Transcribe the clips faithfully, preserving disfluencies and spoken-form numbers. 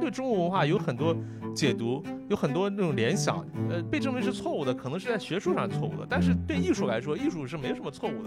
对中国文化有很多解读，有很多那种联想，呃，被证明是错误的，可能是在学术上错误的，但是对艺术来说，艺术是没什么错误的。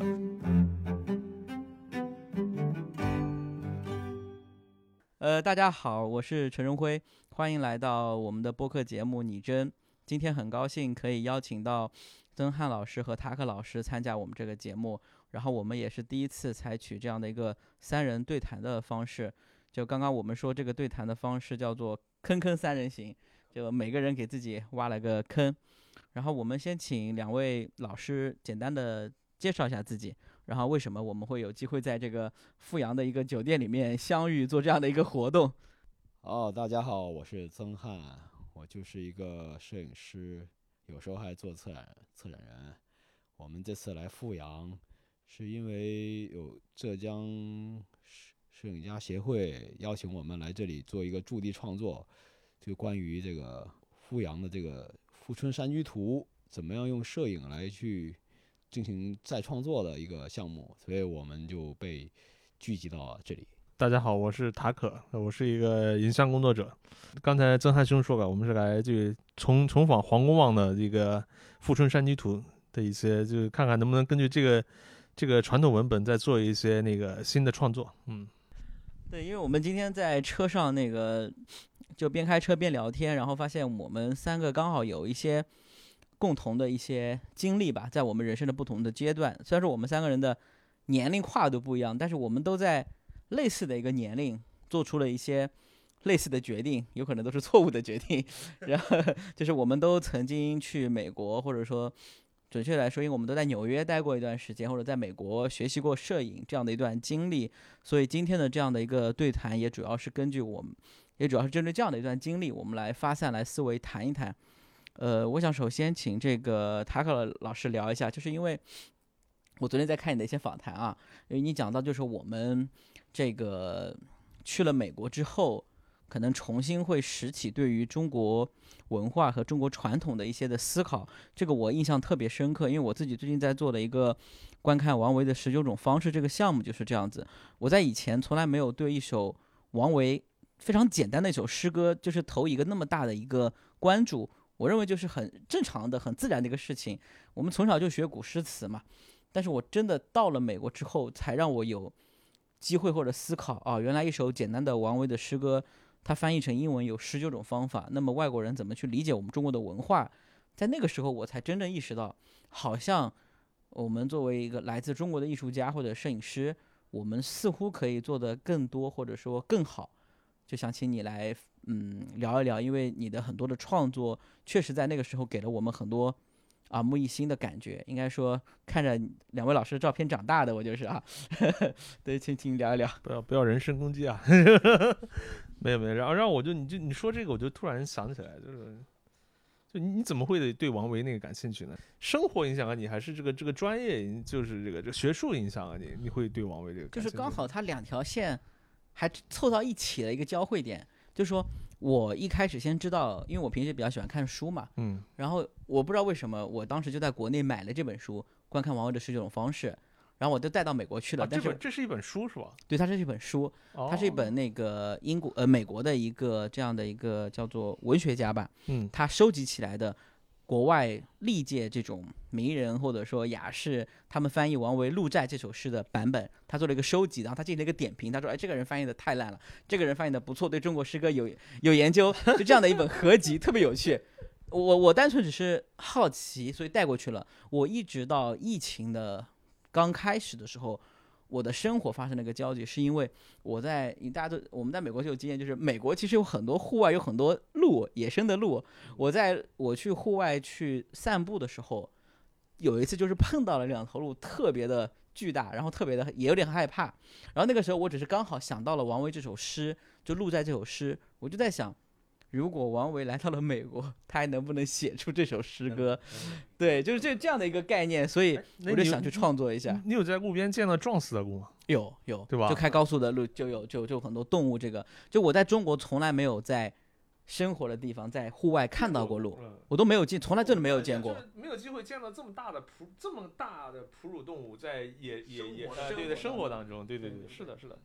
呃，大家好，我是陈荣辉，欢迎来到我们的播客节目《拟真》。今天很高兴可以邀请到曾汉老师和塔克老师参加我们这个节目，然后我们也是第一次采取这样的一个三人对谈的方式。就刚刚我们说这个对谈的方式叫做坑坑三人行，就每个人给自己挖了个坑。然后我们先请两位老师简单的介绍一下自己，然后为什么我们会有机会在这个富阳的一个酒店里面相遇做这样的一个活动。 哦，大家好，我是曾汉，我就是一个摄影师，有时候还做策展策展人。我们这次来富阳是因为有浙江摄影家协会邀请我们来这里做一个驻地创作，就关于这个富阳的这个富春山居图怎么样用摄影来去进行再创作的一个项目，所以我们就被聚集到这里。 大家好，我是塔可，我是一个影像工作者。刚才曾汉兄说了，我们是来就重重访黄公望的这个富春山居图的一些，就是看看能不能根据这个这个传统文本再做一些那个新的创作。嗯， 对，因为我们今天在车上那个就边开车边聊天，然后发现我们三个刚好有一些共同的一些经历吧，在我们人生的不同的阶段。虽然说我们三个人的年龄跨度不一样，但是我们都在类似的一个年龄做出了一些类似的决定，有可能都是错误的决定。然后就是我们都曾经去美国，或者说准确来说，因为我们都在纽约待过一段时间，或者在美国学习过摄影这样的一段经历，所以今天的这样的一个对谈也主要是根据我们，也主要是针对这样的一段经历，我们来发散来思维谈一谈。呃，我想首先请这个塔克老师聊一下，就是因为我昨天在看你的一些访谈啊，因为你讲到就是我们这个去了美国之后，可能重新会拾起对于中国文化和中国传统的一些的思考，这个我印象特别深刻，因为我自己最近在做的一个观看王维的十九种方式这个项目就是这样子。我在以前从来没有对一首王维非常简单的一首诗歌就是投一个那么大的一个关注，我认为就是很正常的很自然的一个事情。我们从小就学古诗词嘛，但是我真的到了美国之后才让我有机会或者思考啊，原来一首简单的王维的诗歌它翻译成英文有十九种方法，那么外国人怎么去理解我们中国的文化，在那个时候我才真正意识到，好像我们作为一个来自中国的艺术家或者摄影师，我们似乎可以做得更多或者说更好。就想请你来嗯聊一聊，因为你的很多的创作确实在那个时候给了我们很多耳目一新的感觉，应该说看着两位老师的照片长大的我就是啊对，请请聊一聊。 不要不要人身攻击啊没有没有，然后让我就你就你说这个我就突然想起来，就是就你怎么会对王维那个感兴趣呢？生活影响了你，还是这个这个专业就是这个这个学术影响了你？你会对王维这个感兴趣？ 就是刚好它两条线还凑到一起的一个交汇点，就是说我一开始先知道，因为我平时比较喜欢看书嘛， 嗯， 然后我不知道为什么，我当时就在国内买了这本书《观看王维的十九种方式》，然后我就带到美国去了。 啊、 但是这本这是一本书是吧？ 对，它是一本书， 哦、 它是一本那个英国呃美国的一个这样的一个叫做文学家吧， 嗯， 他收集起来的国外历届这种名人或者说雅士他们翻译王维《鹿柴》这首诗的版本，他做了一个收集，然后他进行了一个点评，他说哎这个人翻译的太烂了，这个人翻译的不错，对中国诗歌有有研究，就这样的一本合集特别有趣。我我单纯只是好奇所以带过去了。我一直到疫情的刚开始的时候，我的生活发生了一个交集，是因为我在大家都我们在美国就有经验，就是美国其实有很多户外有很多鹿，野生的鹿。我在我去户外去散步的时候，有一次就是碰到了两头鹿，特别的巨大，然后特别的也有点害怕。然后那个时候我只是刚好想到了王维这首诗，就鹿柴这首诗，我就在想，如果王维来到了美国，他还能不能写出这首诗歌？对，就是这这样的一个概念，所以我就想去创作一下。 你有在路边见到撞死的鹿吗？ 有有， 对吧？ 就开高速的路就有就就很多动物。这个就我在中国从来没有在生活的地方在户外看到过鹿，我都没有见，从来真的没有见过， 没有机会见到这么大的哺这么大的哺乳动物在野野野呃对对生活当中，对对对，是的是的。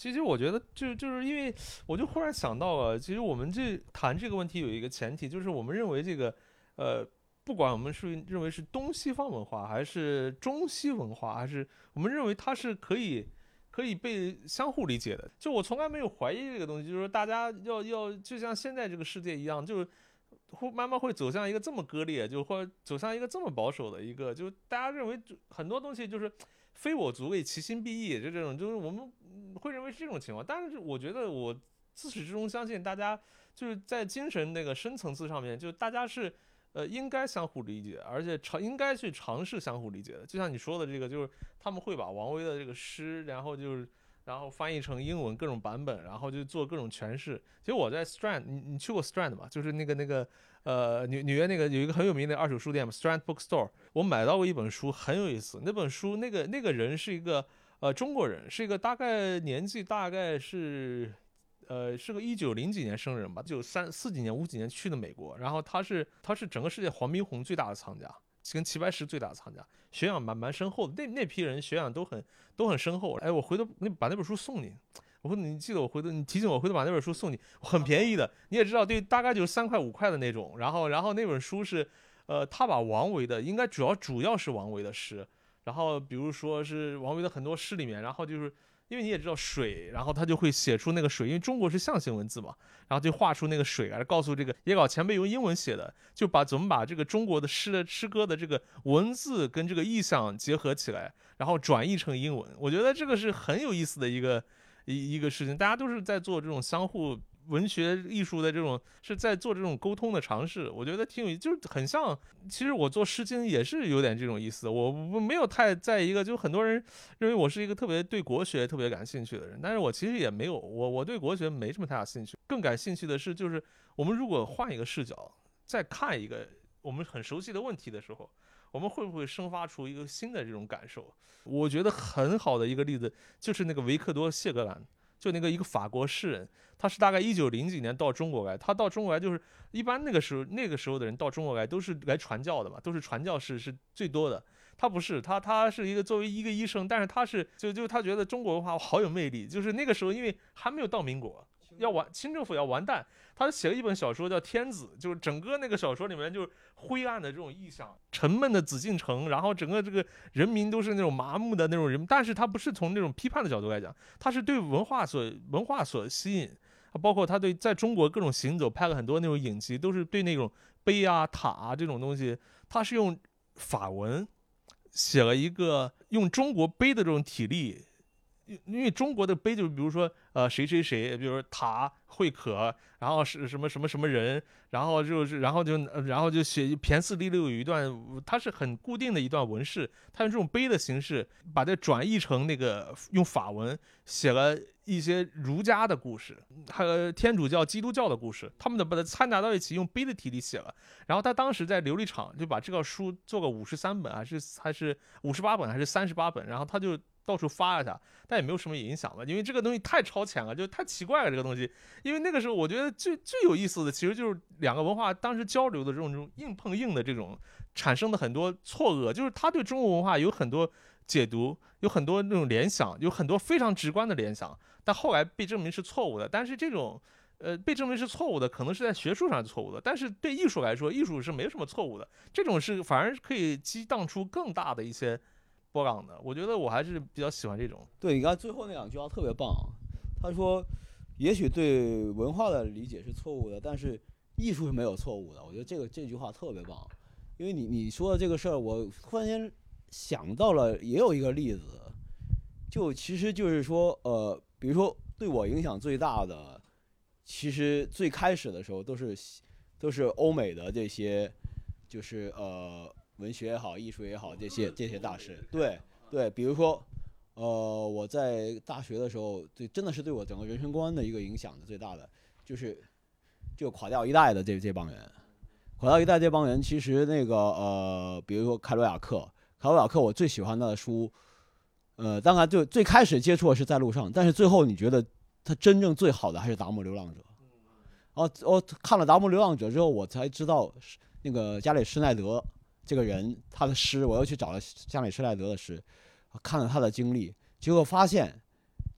其实我觉得就就是因为我就忽然想到了，其实我们这谈这个问题有一个前提，就是我们认为这个呃，不管我们是认为是东西方文化，还是中西文化，还是我们认为它是可以可以被相互理解的。就我从来没有怀疑这个东西，就是说大家要要就像现在这个世界一样，就是会慢慢会走向一个这么割裂，就或者走向一个这么保守的一个，就大家认为很多东西就是非我族类，其心必异，就这种，就是我们会认为是这种情况。但是我觉得我自始至终相信，大家就是在精神那个深层次上面，就大家是呃应该相互理解，而且尝应该去尝试相互理解的。就像你说的这个，就是他们会把王维的这个诗，然后就是。然后翻译成英文各种版本，然后就做各种诠释。其实我在 Strand， 你你去过 Strand 吗？就是那个那个呃纽纽约那个有一个很有名的二手书店嘛 ，Strand Bookstore。我买到过一本书，很有意思。那本书那个那个人是一个呃中国人，是一个大概年纪大概是呃是个一九零几年生人吧，就三四几年五几年去的美国。然后他是他是整个世界黄宾虹最大的藏家。跟齐白石最大的藏家，学养蛮蛮深厚的，那那批人学养都很都很深厚。哎，我回头那把那本书送你，我说你记得我回头你提醒我回头把那本书送你，很便宜的，你也知道，对，大概就是三块五块的那种。然后然后那本书是，呃，他把王维的应该主要主要是王维的诗，然后比如说是王维的很多诗里面，然后就是。因为你也知道水，然后他就会写出那个水，因为中国是象形文字嘛，然后就画出那个水来，告诉这个野稿前辈用英文写的，就把怎么把这个中国的诗的诗歌的这个文字跟这个意象结合起来，然后转译成英文。我觉得这个是很有意思的一个一一个事情，大家都是在做这种相互。文学艺术的这种是在做这种沟通的尝试，我觉得挺有意思，就是很像。其实我做诗经也是有点这种意思，我没有太在一个，就很多人认为我是一个特别对国学特别感兴趣的人，但是我其实也没有，我我对国学没什么太大兴趣，更感兴趣的是，就是我们如果换一个视角，再看一个我们很熟悉的问题的时候，我们会不会生发出一个新的这种感受？我觉得很好的一个例子就是那个维克多·谢格兰。就那个一个法国诗人，他是大概一九零几年到中国来，他到中国来就是一般那个时候那个时候的人到中国来都是来传教的嘛，都是传教士是最多的。他不是，他他是一个作为一个医生，但是他是就就他觉得中国文化好有魅力，就是那个时候因为还没有到民国，要完清政府要完蛋，他写了一本小说叫《天子》，就是整个那个小说里面就是灰暗的这种意象，沉闷的紫禁城，然后整个这个人民都是那种麻木的那种人，但是他不是从那种批判的角度来讲，他是对文化所文化所吸引，包括他对在中国各种行走拍了很多那种影集，都是对那种碑啊塔啊这种东西，他是用法文写了一个用中国碑的这种体例。因为中国的碑就是比如说呃谁谁谁，比如说塔会可，然后是什么什么什么人，然后就是然后就然后就写骈四俪六有一段，它是很固定的一段文式，它用这种碑的形式把它转译成那个用法文写了一些儒家的故事，还有天主教、基督教的故事，他们的把它掺杂到一起，用碑的体力写了。然后他当时在琉璃厂就把这个书做个五十三本，还是还是五十八本，还是三十八本，然后他就到处发了它，但也没有什么影响了，因为这个东西太超前了，就太奇怪了这个东西。因为那个时候我觉得最最有意思的，其实就是两个文化当时交流的这种这种硬碰硬的这种产生的很多错愕，就是他对中国文化有很多解读，有很多那种联想，有很多非常直观的联想，但后来被证明是错误的。但是这种呃被证明是错误的，可能是在学术上是错误的，但是对艺术来说，艺术是没什么错误的，这种是反而可以激荡出更大的一些波浪的。我觉得我还是比较喜欢这种。 对，你看最后那两句话特别棒，他说也许对文化的理解是错误的，但是艺术是没有错误的。我觉得这个这句话特别棒，因为你你说的这个事儿，我突然间想到了也有一个例子，就其实就是说呃比如说对我影响最大的，其实最开始的时候都是都是欧美的这些就是呃文学也好艺术也好这些这些大师。对对，比如说呃我在大学的时候，对真的是对我整个人生观的一个影响的最大的就是就垮掉一代的这这帮人。垮掉一代这帮人其实那个呃比如说凯鲁亚克，凯鲁亚克我最喜欢他的书，呃当然就最开始接触的是在路上，但是最后你觉得他真正最好的还是达摩流浪者。然后我看了达摩流浪者之后，我才知道那个加里施耐德这个人他的诗，我又去找了加里施耐德的诗，看了他的经历，结果发现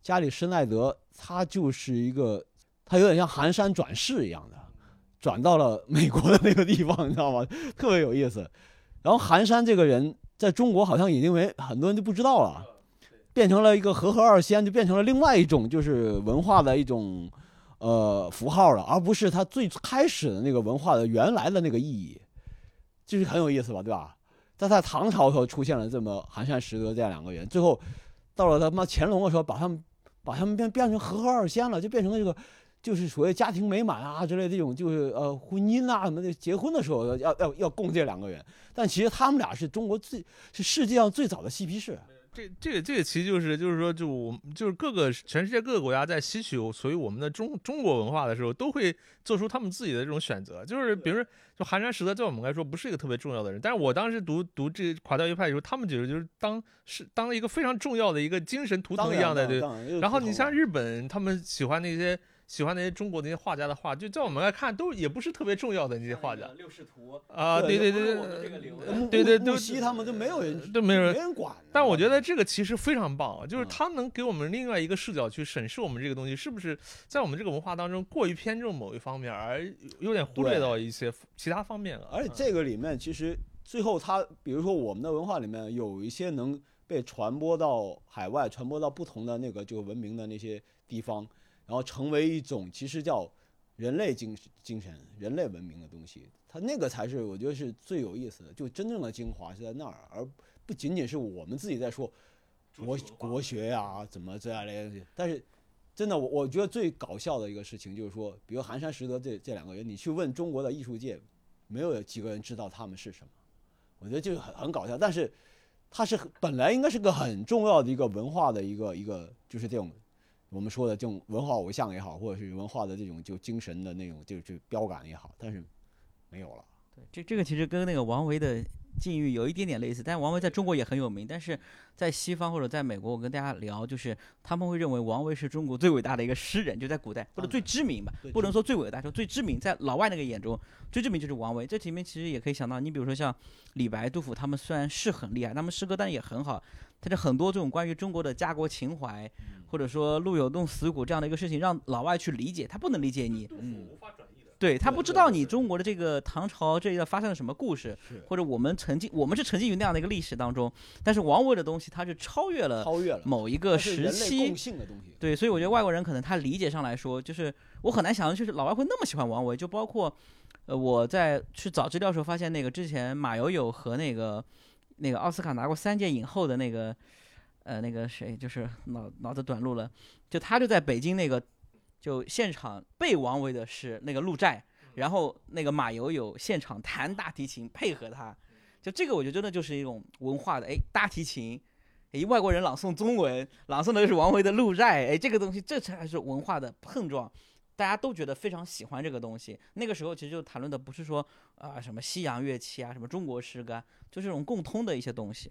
加里施耐德他就是一个，他有点像寒山转世一样的，转到了美国的那个地方，你知道吗？特别有意思。然后寒山这个人在中国好像已经没很多人就不知道了，变成了一个和合二仙，就变成了另外一种就是文化的一种呃符号了，而不是他最开始的那个文化的原来的那个意义，就是很有意思吧，对吧？在他唐朝的时候出现了这么寒山拾得这样两个人，最后到了他妈乾隆的时候，把他们把他们变变成和合二仙了，就变成了这个。就是所谓家庭美满啊之类的这种，就是呃婚姻啊什么的，结婚的时候要要要供这两个人，但其实他们俩是中国最是世界上最早的嬉皮士。 这这个这个其实就是就是说就我就是各个全世界各个国家在吸取所谓我们的中中国文化的时候，都会做出他们自己的这种选择。就是比如说，就寒山拾得在我们来说不是一个特别重要的人，但是我当时读读这垮掉一派的时候，他们觉得就是当是当了一个非常重要的一个精神图腾一样的。对。然后你像日本，他们喜欢那些。喜欢那些中国那些画家的画，就在我们来看，都也不是特别重要的那些画家。 六世图啊，对对对对，对对对， 木西他们都没有人， 都没有人没人管。 但我觉得这个其实非常棒，就是他能给我们另外一个视角去审视我们这个东西，是不是在我们这个文化当中过于偏重某一方面，而有点忽略到一些其他方面了。 而且这个里面，其实最后他，比如说我们的文化里面有一些能被传播到海外，传播到不同的那个就文明的那些地方。然后成为一种其实叫人类精精神、人类文明的东西，它那个才是我觉得是最有意思的，就真正的精华是在那儿，而不仅仅是我们自己在说国国学呀、啊、怎么这样的东西。但是真的，我我觉得最搞笑的一个事情就是说，比如寒山拾得这这两个人，你去问中国的艺术界，没有几个人知道他们是什么。我觉得这个很很搞笑，但是它是本来应该是个很重要的一个文化的一个一个，就是这种。我们说的这种文化偶像也好，或者是文化的这种就精神的那种就就标杆也好，但是没有了。 对，这这个其实跟那个王维的境遇有一点点类似，但王维在中国也很有名，但是在西方或者在美国，我跟大家聊，就是他们会认为王维是中国最伟大的一个诗人，就在古代或者最知名吧，不能说最伟大，说最知名，在老外那个眼中最知名就是王维。这里面其实也可以想到，你比如说像李白、杜甫，他们虽然是很厉害，他们诗歌但也很好，但是很多这种关于中国的家国情怀，或者说路有冻死骨这样的一个事情，让老外去理解，他不能理解你。 嗯，无法转移的。 对，他不知道你中国的这个唐朝这一发生了什么故事，或者我们沉浸我们是沉浸于那样的一个历史当中，但是王维的东西它是超越了超越了某一个时期共性的东西。 对，所以我觉得外国人可能他理解上来说，就是我很难想象，就是老外会那么喜欢王维，就包括呃我在去找资料的时候发现，那个之前马友友和那个那个奥斯卡拿过三届影后的那个呃那个谁，就是脑脑子短路了，就他就在北京那个。就现场背王维的诗那个鹿柴，然后那个马友友现场弹大提琴配合他，就这个我觉得真的就是一种文化的，哎，大提琴，哎，外国人朗诵中文，朗诵的就是王维的鹿柴，哎，这个东西这才是文化的碰撞，大家都觉得非常喜欢这个东西。那个时候其实就谈论的不是说啊、呃、什么西洋乐器啊，什么中国诗歌，就这种共通的一些东西。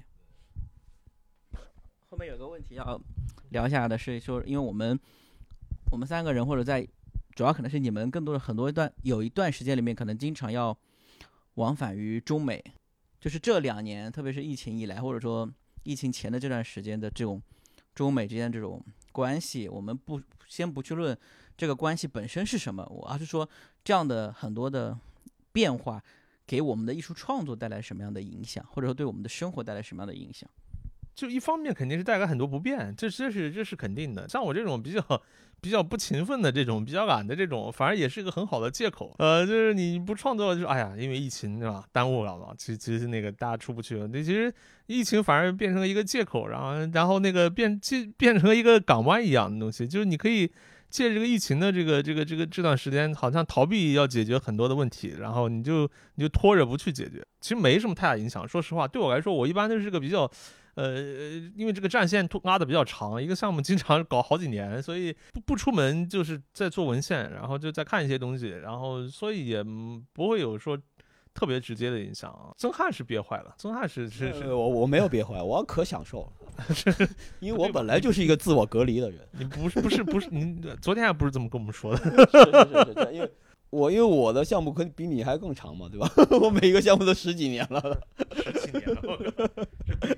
后面有个问题要聊一下的是，说因为我们。我们三个人，或者在主要可能是你们更多的很多一段有一段时间里面，可能经常要往返于中美，就是这两年，特别是疫情以来，或者说疫情前的这段时间的这种中美之间这种关系，我们不先不去论这个关系本身是什么，我而是说这样的很多的变化给我们的艺术创作带来什么样的影响，或者说对我们的生活带来什么样的影响。 就一方面肯定是带来很多不便，这这是这是肯定的。像我这种比较比较不勤奋的这种，比较懒的这种，反而也是一个很好的借口。呃，就是你不创作，就是哎呀，因为疫情对吧，耽误了嘛。其实其实那个大家出不去了，那其实疫情反而变成了一个借口，然后然后那个变变成了一个港湾一样的东西，就是你可以借这个疫情的这个这个这个这段时间，好像逃避要解决很多的问题，然后你就你就拖着不去解决，其实没什么太大影响。说实话，对我来说，我一般都是个比较。呃，因为这个战线拉的比较长，一个项目经常搞好几年，所以不不出门就是在做文献，然后就在看一些东西，然后所以也不会有说特别直接的影响。曾汉是憋坏了，曾汉是是是， 我我没有憋坏，我可享受了，因为我本来就是一个自我隔离的人。 你不是不是不是，你昨天还不是这么跟我们说的？ 是是是是，因为我因为我的项目可比你还更长嘛，对吧？我每一个项目都十几年了， 十几年了，是是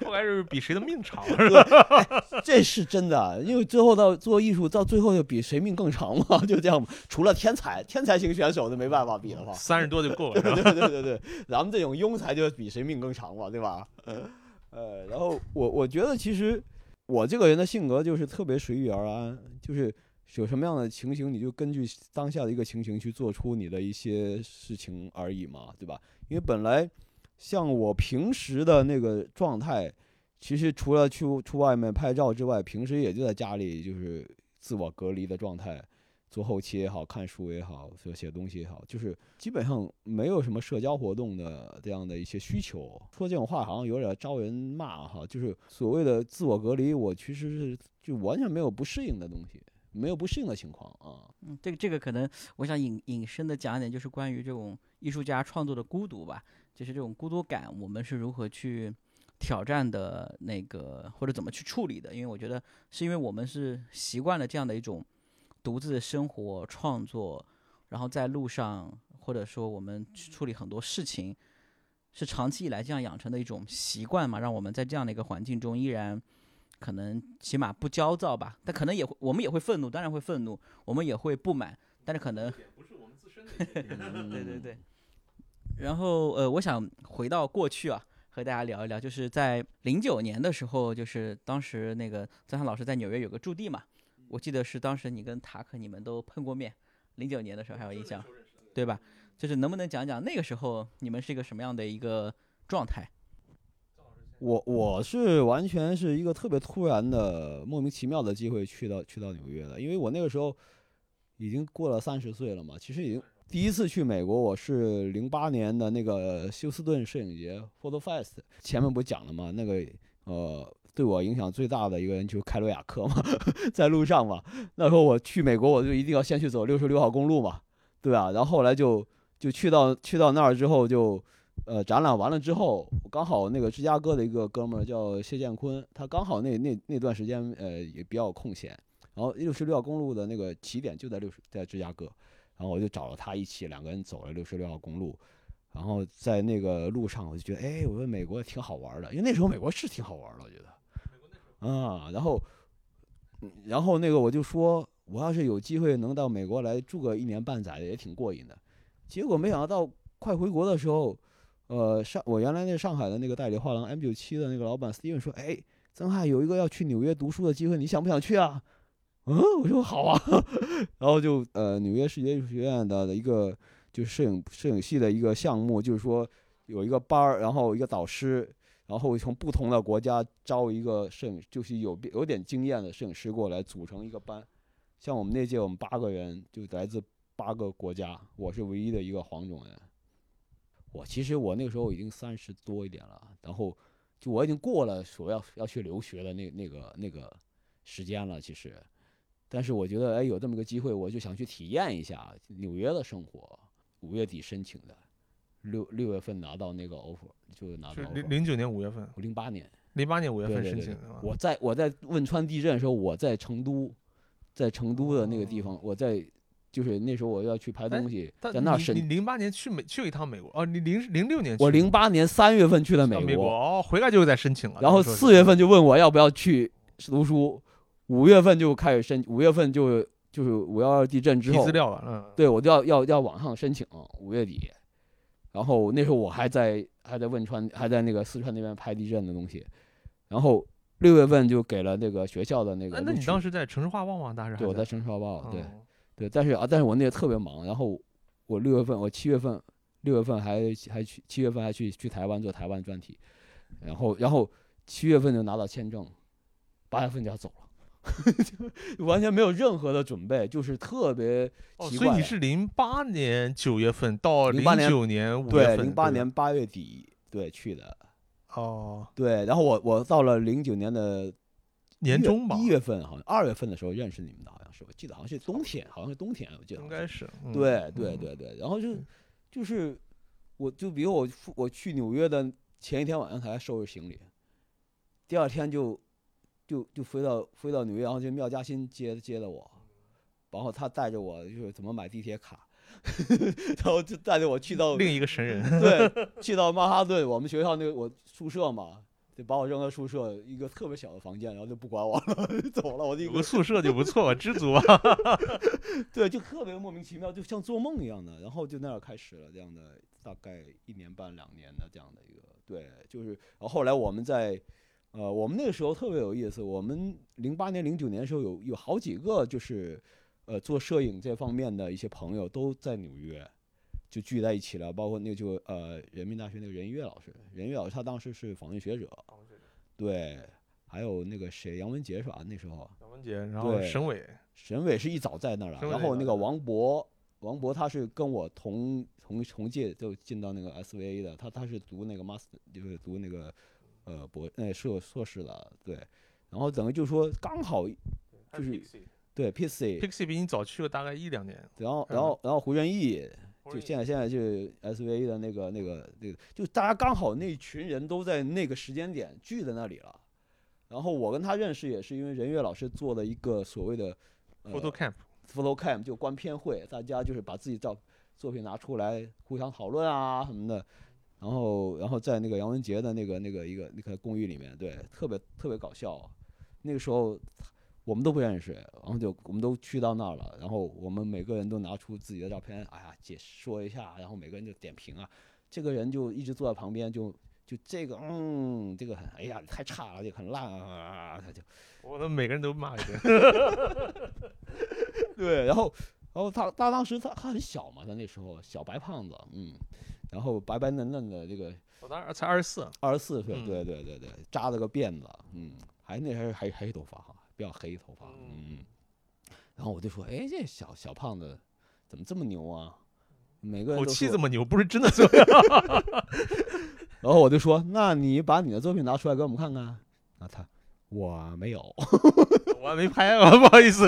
后来是比谁的命长，是吧？ 哎，这是真的，因为最后到做艺术，到最后就比谁命更长嘛，就这样。除了天才，天才型选手都没办法比的话， 三十多就够了。 对对对对对，咱们这种庸才就比谁命更长嘛，对吧？呃，然后我我觉得其实我这个人的性格就是特别随遇而安，就是有什么样的情形，你就根据当下的一个情形去做出你的一些事情而已嘛，对吧？因为本来像我平时的那个状态，其实除了去出外面拍照之外，平时也就在家里就是自我隔离的状态，做后期也好，看书也好，写写东西也好，就是基本上没有什么社交活动的这样的一些需求。说这种话好像有点招人骂哈，就是所谓的自我隔离，我其实是就完全没有不适应的东西。没有不适应的情况啊， 嗯，这个这个可能我想引引申的讲一点，就是关于这种艺术家创作的孤独吧，就是这种孤独感，我们是如何去挑战的那个，或者怎么去处理的？因为我觉得是因为我们是习惯了这样的一种独自的生活创作，然后在路上或者说我们去处理很多事情，是长期以来这样养成的一种习惯嘛，让我们在这样的一个环境中依然。可能起码不焦躁吧，但可能也会，我们也会愤怒，当然会愤怒，我们也会不满，但是可能不是我们自身的对对对。然后呃，我想回到过去啊，和大家聊一聊，就是在零九年的时候，就是当时那个曾涵老师在纽约有个驻地嘛，我记得是当时你跟塔克你们都碰过面，零九年的时候还有印象，对吧？就是能不能讲讲那个时候你们是一个什么样的一个状态？ 我我是完全是一个特别突然的莫名其妙的机会去到去到纽约的，因为我那个时候已经过了三十岁了嘛，其实已经第一次去美国，我是零八年的那个休斯顿摄影节 Photo Fest， 前面不讲了吗？那个呃对我影响最大的一个人就是凯罗亚克嘛，在路上嘛，那时候我去美国我就一定要先去走六十六号公路嘛，对吧？然后后来就就去到去到那儿之后就。呃，展览完了之后，刚好那个芝加哥的一个哥们儿叫谢建坤，他刚好那那那段时间呃也比较有空闲，然后六十六号公路的那个起点就在六十在芝加哥，然后我就找了他一起，两个人走了六十六号公路，然后在那个路上我就觉得，哎，我说美国挺好玩的，因为那时候美国是挺好玩的，我觉得，啊，然后然后那个我就说，我要是有机会能到美国来住个一年半载的，也挺过瘾的，结果没想到到快回国的时候。呃，上我原来那上海的那个代理画廊 M 九七的那个老板 Steven 说，哎，曾翰有一个要去纽约读书的机会，你想不想去啊？嗯，我说好啊，然后就呃纽约视觉艺术学院的一个就是摄影摄影系的一个项目，就是说有一个班儿，然后一个导师，然后从不同的国家招一个摄影，就是有有点经验的摄影师过来组成一个班。像我们那届我们八个人，就来自八个国家，我是唯一的一个黄种人。我其实我那个时候已经三十多一点了，然后就我已经过了所要要去留学的那那个那个时间了，其实，但是我觉得哎有这么个机会，我就想去体验一下纽约的生活。五月底申请的，六六月份拿到那个 offer 就拿到 offer。 零零九年五月份， 零八年， 零八年五月份申请的。 我在我在汶川地震的时候，我在成都，在成都的那个地方， 哦、 我在。就是那时候我要去拍东西，在那申。你零八年去美去一趟美国哦，你零零六年去。 我零八年三月份去了美国， 美国哦，回来就在申请了。 然后四月份就问我要不要去读书，五月份就开始申，五月份就就是五幺二地震之后， 提资料了，嗯， 对我就要要要网上申请，五月底。然后那时候我还在还在汶川，还在那个四川那边拍地震的东西，然后六月份就给了那个学校的那个。 那你当时在城市画报吗？当时对，我在城市画报， 哦、 对。对，但是啊，但是我那个特别忙，然后我六月份，我七月份，六月份还还去，七月份还去去台湾做台湾专题，然后然后七月份就拿到签证，八月份就要走了，完全没有任何的准备，就是特别奇怪。 哦、所以你是零八年九月份到零九年五月份， 对，零八年八月底对去的。 哦， 对，然后我我到了零九年的年中吧， 一月份好像二月份的时候认识你们的，好像是我记得好像是冬天，好像是冬天，我记得应该是。 嗯、对对对对，然后就就是我就比如我我去纽约的前一天晚上才收拾行李，第二天就就就飞到飞到纽约，然后就缪嘉欣接接的我，然后他带着我就是怎么买地铁卡，然后就带着我去到另一个神人， 对，去到曼哈顿，我们学校那个我宿舍嘛。 就把我扔到宿舍一个特别小的房间，然后就不管我了，走了。我就有个宿舍就不错，知足啊。 对，就特别莫名其妙，就像做梦一样的。然后就那样开始了这样的大概一年半两年的这样的一个，对，就是。然后后来我们在，呃，我们那个时候特别有意思。我们零八年、零九年的时候有有好几个就是，呃，做摄影这方面的一些朋友都在纽约。就聚在一起了，包括那个就呃人民大学那个任一月老师，任一月老师他当时是访问学者，对，还有那个谁杨文杰是吧？那时候杨文杰，然后沈伟， 沈伟是一早在那儿了，然后那个王博，王博他是跟我同同同届就进到那个 S V A 的，他他是读那个 master 就是读那个呃博呃硕硕士的，对，然后等于就说刚好就是。对 Pixie Pixie 比你早去了大概一两年， 然后然后然后胡元义，就现在现在就 S V A 的那个那个那个，就大家刚好那群人都在那个时间点聚在那里了。然后我跟他认识也是因为任月老师做了一个所谓的、 呃、photo camp photo camp 就观片会，大家就是把自己照作品拿出来互相讨论啊什么的。然后然后在那个杨文杰的那个那个一个那个公寓里面，对，特别特别搞笑。那个时候。我们都不认识，然后就我们都去到那儿了，然后我们每个人都拿出自己的照片，哎呀，解说一下，然后每个人就点评啊，这个人就一直坐在旁边，就就这个，嗯，这个很，哎呀，太差了，这个很烂啊，他就， 我们每个人都骂一顿， 对，然后然后他他当时他他很小嘛，他那时候小白胖子，嗯，然后白白嫩嫩的这个， 我当时才二十四， 二十四岁，对对对对，扎了个辫子，嗯，还那还是还黑头发哈。比较黑头发，嗯，然后我就说，哎，这小小胖子怎么这么牛啊？每个人口气这么牛，不是真的这样。 然后我就说，那你把你的作品拿出来给我们看看。那他，我没有， 我还没拍啊，不好意思。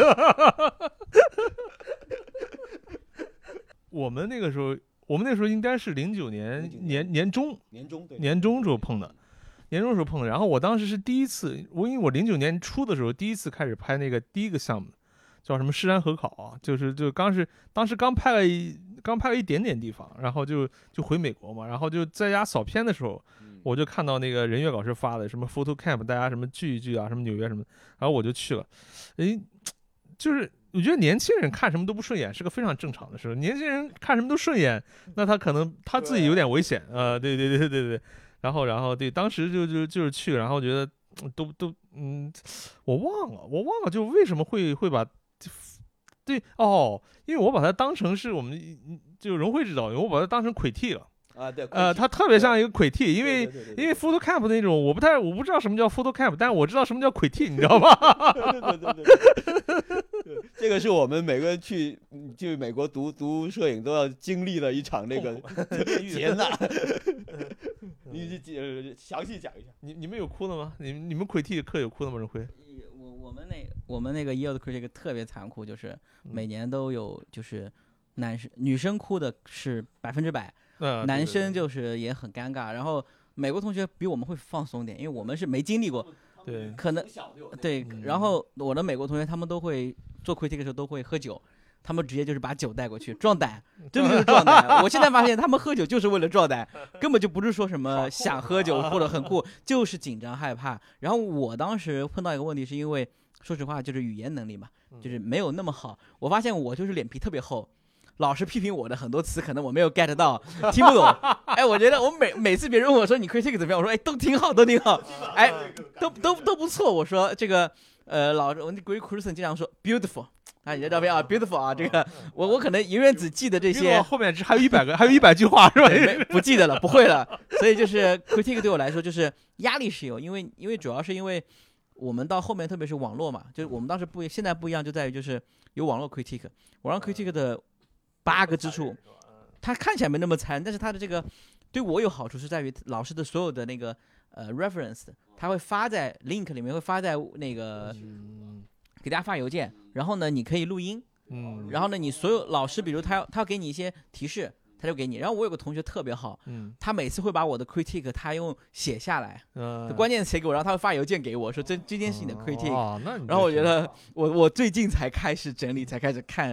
我们那个时候，我们那时候应该是零九年年年中， 年中对， 年中时候碰的。年中时候碰的，然后我当时是第一次，我因为我零九年初的时候第一次开始拍那个第一个项目，叫什么诗山合考啊，就是就刚是当时刚拍了一刚拍了一点点地方，然后就就回美国嘛，然后就在家扫片的时候，我就看到那个任月老师发的什么 photo camp， 大家什么聚一聚啊，什么纽约什么，然后我就去了，诶，就是我觉得年轻人看什么都不顺眼是个非常正常的事，年轻人看什么都顺眼，那他可能他自己有点危险啊、呃，对对对对对。然后，然后对，当时就就就是去，然后觉得都都嗯，我忘了，我忘了，就为什么会会把，对哦，因为我把它当成是我们就融汇指导，我把它当成魁替了。 啊，对， 呃，它特别像一个魁替，因为对对对对因为 photo camp 那种，我不太我不知道什么叫 photo camp， 但是我知道什么叫魁替，你知道吗？ 对对对对对，对，这个是我们每个人去去美国读读摄影都要经历的一场那个劫难。你呃详细讲一下。 你你们有哭的吗？你你们魁替课有哭的吗？任辉？ 我我们那我们那个 Yale 的 critic 特别残酷，就是每年都有，就是男生女生哭的是百分之百。 嗯、 男生就是也很尴尬，然后美国同学比我们会放松点，因为我们是没经历过， 对， 可能对，然后我的美国同学他们都会做 critic 的时候都会喝酒，他们直接就是把酒带过去壮胆，真的就是壮胆。我现在发现他们喝酒就是为了壮胆，根本就不是说什么想喝酒或者很酷，就是紧张害怕。然后我当时碰到一个问题，是因为说实话就是语言能力嘛，就是没有那么好。我发现我就是脸皮特别厚。老师批评我的很多词可能我没有 get 到，听不懂。哎，我觉得我每每次别人问我说你 critic 怎么样，我说哎都挺好，都挺好，哎，都都都不错。我说这个呃，老师我那 Greg Christensen 经常说 beautiful 啊，你的照片啊 beautiful 啊，这个我我可能永远只记得这些， 后面还有一百个，还有一百句话是吧？ 不记得了，不会了。所以就是 critic 对我来说就是压力是有，因为因为主要是因为我们到后面特别是网络嘛，就是我们当时不现在不一样，就在于就是有网络 critic， 网络 critic 的。bug 之处，它看起来没那么残，但是它的这个对我有好处是在于老师的所有的那个呃 reference， 他会发在 link 里面，会发在那个给大家发邮件，然后呢你可以录音， 嗯， 然后呢你所有老师比如他要他要给你一些提示，他就给你。然后我有个同学特别好， 嗯， 他每次会把我的 critic 他用写下来， 嗯， 关键词给我，然后他会发邮件给我说这这件是你的 critic， 哦，那然后我觉得我我最近才开始整理，才开始看。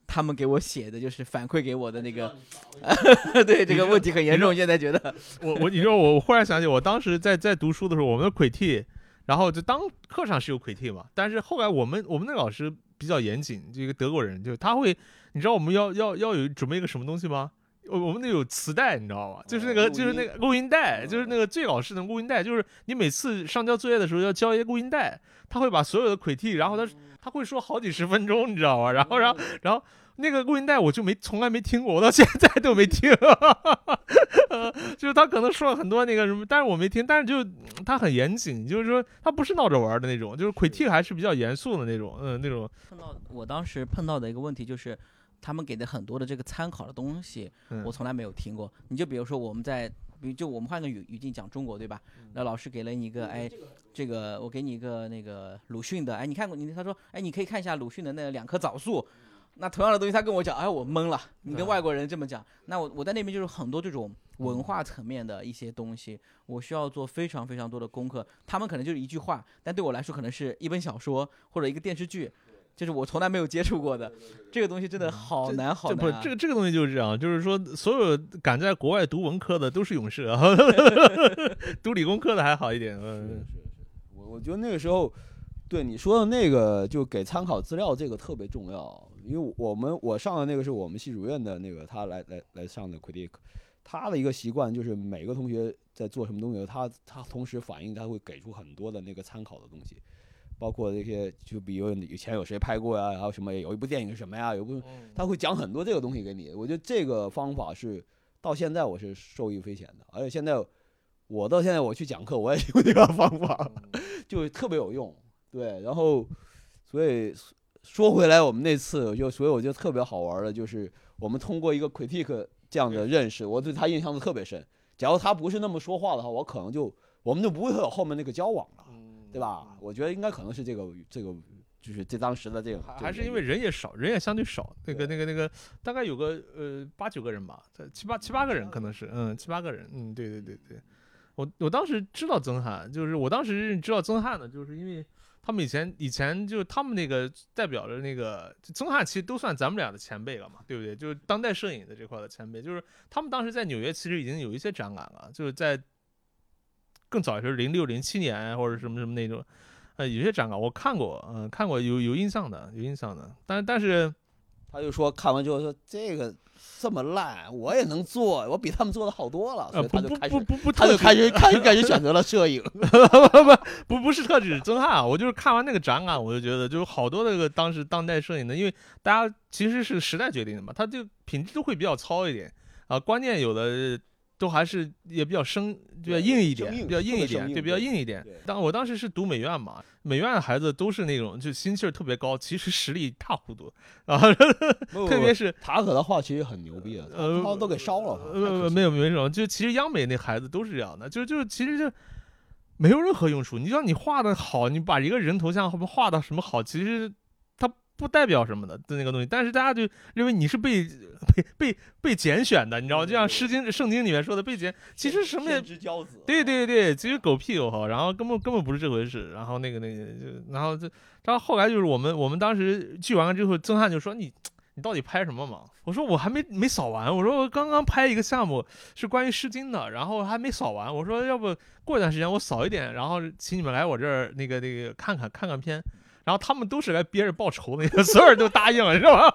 他们给我写的就是反馈给我的那个，对这个问题很严重，现在觉得我我你知道我我忽然想起，我当时在在读书的时候，我们的魁替，然后就当课上是有魁替嘛，但是后来我们我们那个老师比较严谨，这个德国人，就他会，你知道我们要要要有准备一个什么东西吗？我我们那有磁带，你知道吗？就是那个、 哦、 就是那个录音带，就是那个最老式的录音带，就是你每次上交作业的时候要交一个录音带，他会把所有的魁替，然后他他会说好几十分钟，你知道吗？然后然后然后那个录音带我就没从来没听过，我到现在都没听。呃，就是他可能说了很多那个什么，但是我没听，但是就他很严谨，就是说他不是闹着玩的那种，就是魁替还是比较严肃的那种，嗯，那种。 碰到我当时碰到的一个问题就是。他们给的很多的这个参考的东西，我从来没有听过。你就比如说我们在，比就我们换个语语境讲中国，对吧？那老师给了你一个，哎，这个我给你一个那个鲁迅的，哎，你看过你？他说，哎，你可以看一下鲁迅的那两棵枣树。那同样的东西他跟我讲，哎，我懵了。你跟外国人这么讲，那我我在那边就是很多这种文化层面的一些东西，我需要做非常非常多的功课。他们可能就是一句话，但对我来说可能是一本小说或者一个电视剧。就是我从来没有接触过的，这个东西真的好难好难、啊。 不，这个这个东西就是这样，就是说，所有敢在国外读文科的都是勇士啊，读理工科的还好一点。嗯， 是是是，我我觉得那个时候，对你说的那个，就给参考资料这个特别重要，因为我们我上的那个是我们系主任的那个，他来来来上的 critic， 他的一个习惯就是每个同学在做什么东西，他他同时反应，他会给出很多的那个参考的东西。包括这些，就比如以前有谁拍过呀，还有什么有一部电影是什么呀，有部他会讲很多这个东西给你。我觉得这个方法是到现在我是受益匪浅的，而且现在我到现在我去讲课，我也用这个方法，就特别有用。对，然后所以说回来，我们那次就所以我觉得特别好玩的，就是我们通过一个 critic 这样的认识，我对他印象都特别深。假如他不是那么说话的话，我可能就我们就不会有后面那个交往了。对吧？我觉得应该可能是这个这个，就是这当时的这个， 还是因为人也少，人也相对少。那个那个那个，大概有个呃八九个人吧，七八七八个人可能是，嗯，七八个人，嗯，对对对对。我我当时知道曾汉，就是我当时知道曾汉呢，就是因为他们以前以前就他们那个代表着那个曾汉，其实都算咱们俩的前辈了嘛，对不对？就是当代摄影的这块的前辈，就是他们当时在纽约其实已经有一些展览了，就是在。更早的时候，零六零七年或者什么什么那种，呃，有些展览我看过，嗯、呃，看过有有印象的，有印象的。但但是， 他就说看完之后说这个这么烂，我也能做，我比他们做的好多了，所以他就开始， 不不不不， 他就开始开始开始选择了摄影。 不不不不是特指曾汉，我就是看完那个展览，我就觉得就是好多那个当时当代摄影的，因为大家其实是时代决定的嘛，它这个品质都会比较糙一点啊、呃，观念有的。都还是也比较生，比较硬一点，比较硬一点，对，比较硬一点。当我当时是读美院嘛，美院的孩子都是那种就心气儿特别高，其实实力一塌糊涂啊。特别是塔可的话，其实很牛逼啊，呃，他都给烧了。 呃，没有没有，就其实央美那孩子都是这样的，就就其实就没有任何用处。你知道你画的好，你把一个人头像后面画到什么好，其实它不代表什么的那个东西，但是大家就认为你是被被被被拣选的，你知道吗？就像《诗经》《圣经》里面说的被拣，其实什么也对对对，其实狗屁狗好，然后根本根本不是这回事。然后那个那个就然后这，然后后来就是我们我们当时聚完了之后，曾汉就说你你到底拍什么嘛？我说我还没没扫完，我说我刚刚拍一个项目是关于《诗经》的，然后还没扫完，我说要不过一段时间我扫一点，然后请你们来我这儿那个那个看看看看片。然后他们都是来憋着报仇的，所有人都答应了，是吧？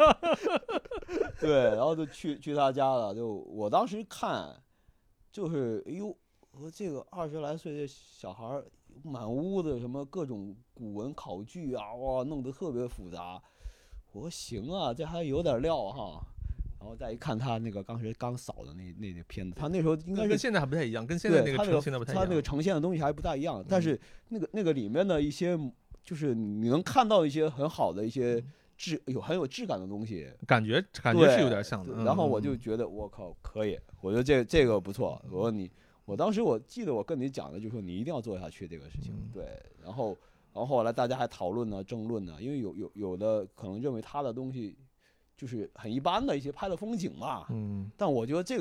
对，然后就去去他家了。就我当时看，就是哎呦，我这个二十来岁的小孩，满屋的什么各种古文考据啊，哇，弄得特别复杂。我说行啊，这还有点料哈。然后再一看他那个当时刚扫的那那个片子，他那时候应该是跟现在还不太一样，跟现在那个呈现的不太一样。 他那个呈现的东西还不太一样，但是那个那个里面的一些。就是你能看到一些很好的一些质有很有质感的东西， 感觉感觉是有点像的。 然后我就觉得我靠可以，我觉得这这个不错。我说你，我当时我记得我跟你讲的就是说你一定要做下去这个事情。对，然后然后后来大家还讨论呢、争论呢，因为有有有的可能认为他的东西就是很一般的一些拍的风景嘛。嗯。但我觉得这个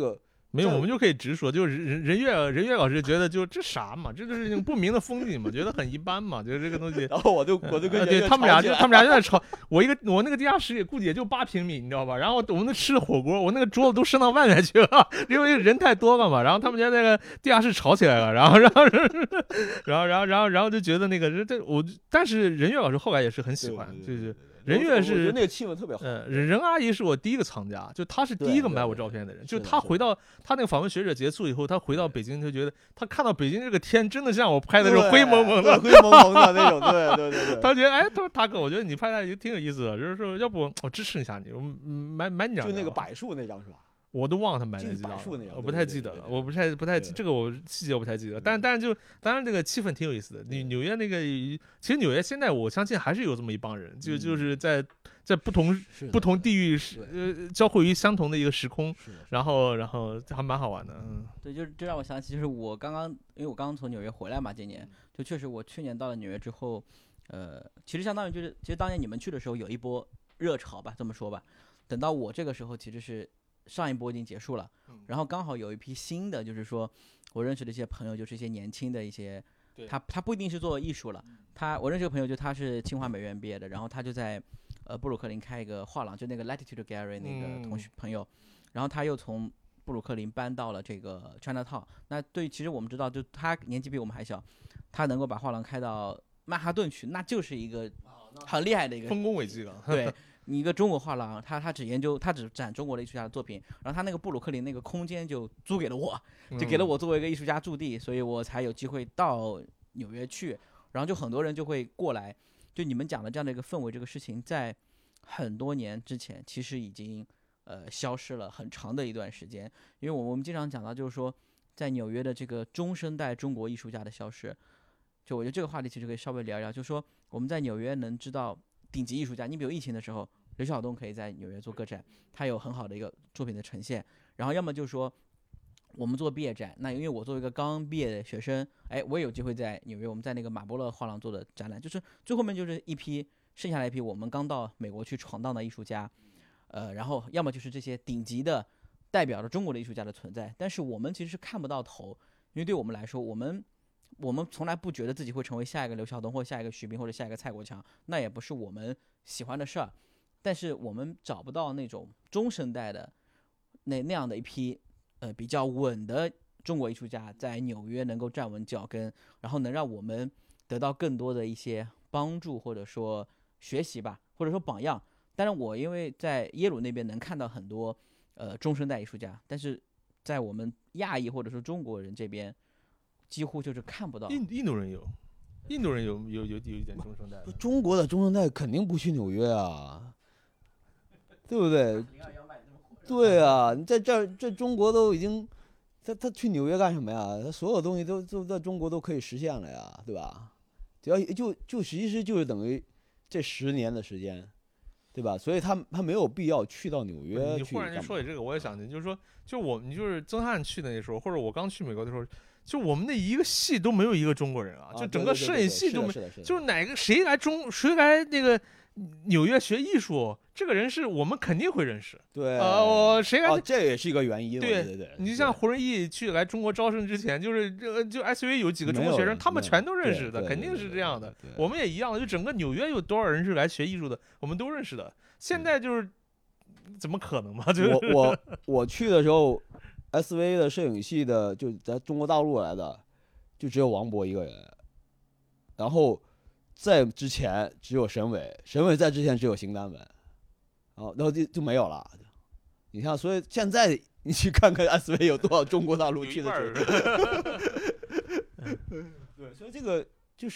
没有，我们就可以直说，就是任任岳任岳老师觉得就这啥嘛，这就是那种不明的风景嘛，觉得很一般嘛，就是这个东西。 然后我就我就跟呃、对他们俩就他们俩就在吵，我一个我那个地下室也估计也就八平米，你知道吧？然后我们那吃的火锅，我那个桌子都升到外面去了，因为人太多了嘛。然后他们家那个地下室吵起来了，然后然后然后然后然后然后就觉得那个这我，但是任岳老师后来也是很喜欢，就是。任岳是那个气氛特别好。 呃，任阿姨是我第一个藏家，就她是第一个买我照片的人。就她回到她那个访问学者结束以后，她回到北京就觉得，她看到北京这个天真的像我拍的是灰蒙蒙的、 灰蒙蒙的那种。对对对对。 她觉得，哎，她说大哥，我觉得你拍的也挺有意思的，就是说，要不我支持一下你，我买买你两张。 就那个柏树那张是吧？ 我都忘了他买哪几张，我不太记得了，我不太不太这个我细节我不太记得，但但是就当然这个气氛挺有意思的。纽纽约那个，其实纽约现在我相信还是有这么一帮人，就就是在在不同不同地域呃交汇于相同的一个时空，然后然后还蛮好玩的。嗯， 对，就是这让我想起，就是我刚刚因为我刚刚从纽约回来嘛，今年就确实我去年到了纽约之后，呃，其实相当于就是其实当年你们去的时候有一波热潮吧，这么说吧，等到我这个时候其实是。上一波已经结束了，然后刚好有一批新的，就是说我认识的一些朋友，就是一些年轻的一些，他他不一定是做艺术了，他我认识个朋友就他是清华美院毕业的，然后他就在呃布鲁克林开一个画廊，就那个 Latitude Gallery 那个同学朋友，然后他又从布鲁克林搬到了这个 Chinatown。那对，其实我们知道，就他年纪比我们还小，他能够把画廊开到曼哈顿去，那就是一个很厉害的一个丰功伟绩了。 对。你一个中国画廊，他他只研究，他只展中国的艺术家的作品，然后他那个布鲁克林那个空间就租给了我，就给了我作为一个艺术家驻地，所以我才有机会到纽约去，然后就很多人就会过来，就你们讲的这样的一个氛围，这个事情在很多年之前其实已经呃消失了很长的一段时间，因为我我们经常讲到就是说，在纽约的这个中生代中国艺术家的消失，就我觉得这个话题其实可以稍微聊一聊，就是说我们在纽约能知道。顶级艺术家，你比如疫情的时候，刘晓东可以在纽约做个展，他有很好的一个作品的呈现。然后要么就是说，我们做毕业展，那因为我作为一个刚毕业的学生，哎，我也有机会在纽约，我们在那个马伯乐画廊做的展览，就是最后面就是一批剩下来一批我们刚到美国去闯荡的艺术家，呃，然后要么就是这些顶级的代表着中国的艺术家的存在，但是我们其实是看不到头，因为对我们来说，我们。我们从来不觉得自己会成为下一个刘晓东或下一个徐冰或者下一个蔡国强，那也不是我们喜欢的事儿。但是我们找不到那种中生代的那那样的一批呃比较稳的中国艺术家在纽约能够站稳脚跟，然后能让我们得到更多的一些帮助或者说学习吧，或者说榜样。当然我因为在耶鲁那边能看到很多呃中生代艺术家，但是在我们亚裔或者说中国人这边。几乎就是看不到。 印印度人有，印度人有有有有一点中生代。 中国的中生代肯定不去纽约啊，对不对？对啊，你在这儿这中国都已经，他他去纽约干什么呀？他所有东西都都在中国都可以实现了呀，对吧？只要就就其实就是等于这十年的时间。对吧？所以他他没有必要去到纽约去。 你忽然间说起这个，我也想起，就是说，就我们就是曾汉去的那时候，或者我刚去美国的时候，就我们那一个系都没有一个中国人啊，就整个摄影系都没，就是哪个谁来中谁来那个纽约学艺术，这个人是我们肯定会认识。 对， 呃，谁来、 哦？这也是一个原因。 对对对， 你像胡仁义去来中国招生之前，就是这就 S V 有几个中国学生，他们全都认识的，肯定是这样的。我们也一样的，就整个纽约有多少人是来学艺术的，我们都认识的。现在就是怎么可能嘛？就是我我我去的时候 ，S V 的摄影系的就在中国大陆来的，就只有王博一个人，然后在之前只有沈伟，沈伟在之前只有邢丹文，然后然后就就没有了。你看，所以现在你去看看 S V 有多少中国大陆去的学生。对，所以这个就是。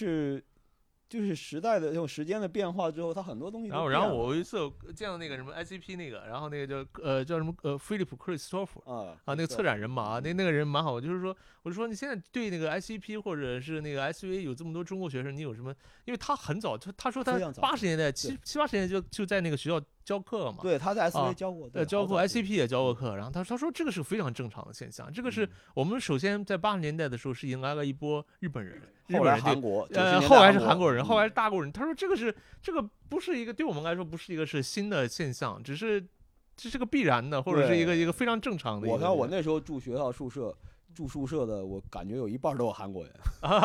就是时代的这种时间的变化之后，它很多东西都然后，然后我有一次见到那个什么 I C P 那个，然后那个叫呃叫什么呃 Philip Christopher 啊啊那个策展人嘛啊那那个人蛮好，就是说我就说你现在对那个 I C P 或者是那个 S V 有这么多中国学生，你有什么？因为他很早就他说他八十年代七七八十年代就就在那个学校教课了嘛。 对，他在 S V 教过， 呃、啊、教过 I C P 也教过课，然后他他说这个是非常正常的现象，这个是我们首先在八十年代的时候是迎来了一波日本人。 后来韩国， 呃，后来是韩国人，后来是大陆人。他说这个是这个不是一个对我们来说不是一个是新的现象，只是这是个必然的，或者是一个一个非常正常的一个。 我看我那时候住学校宿舍，住宿舍的，我感觉有一半都是韩国人。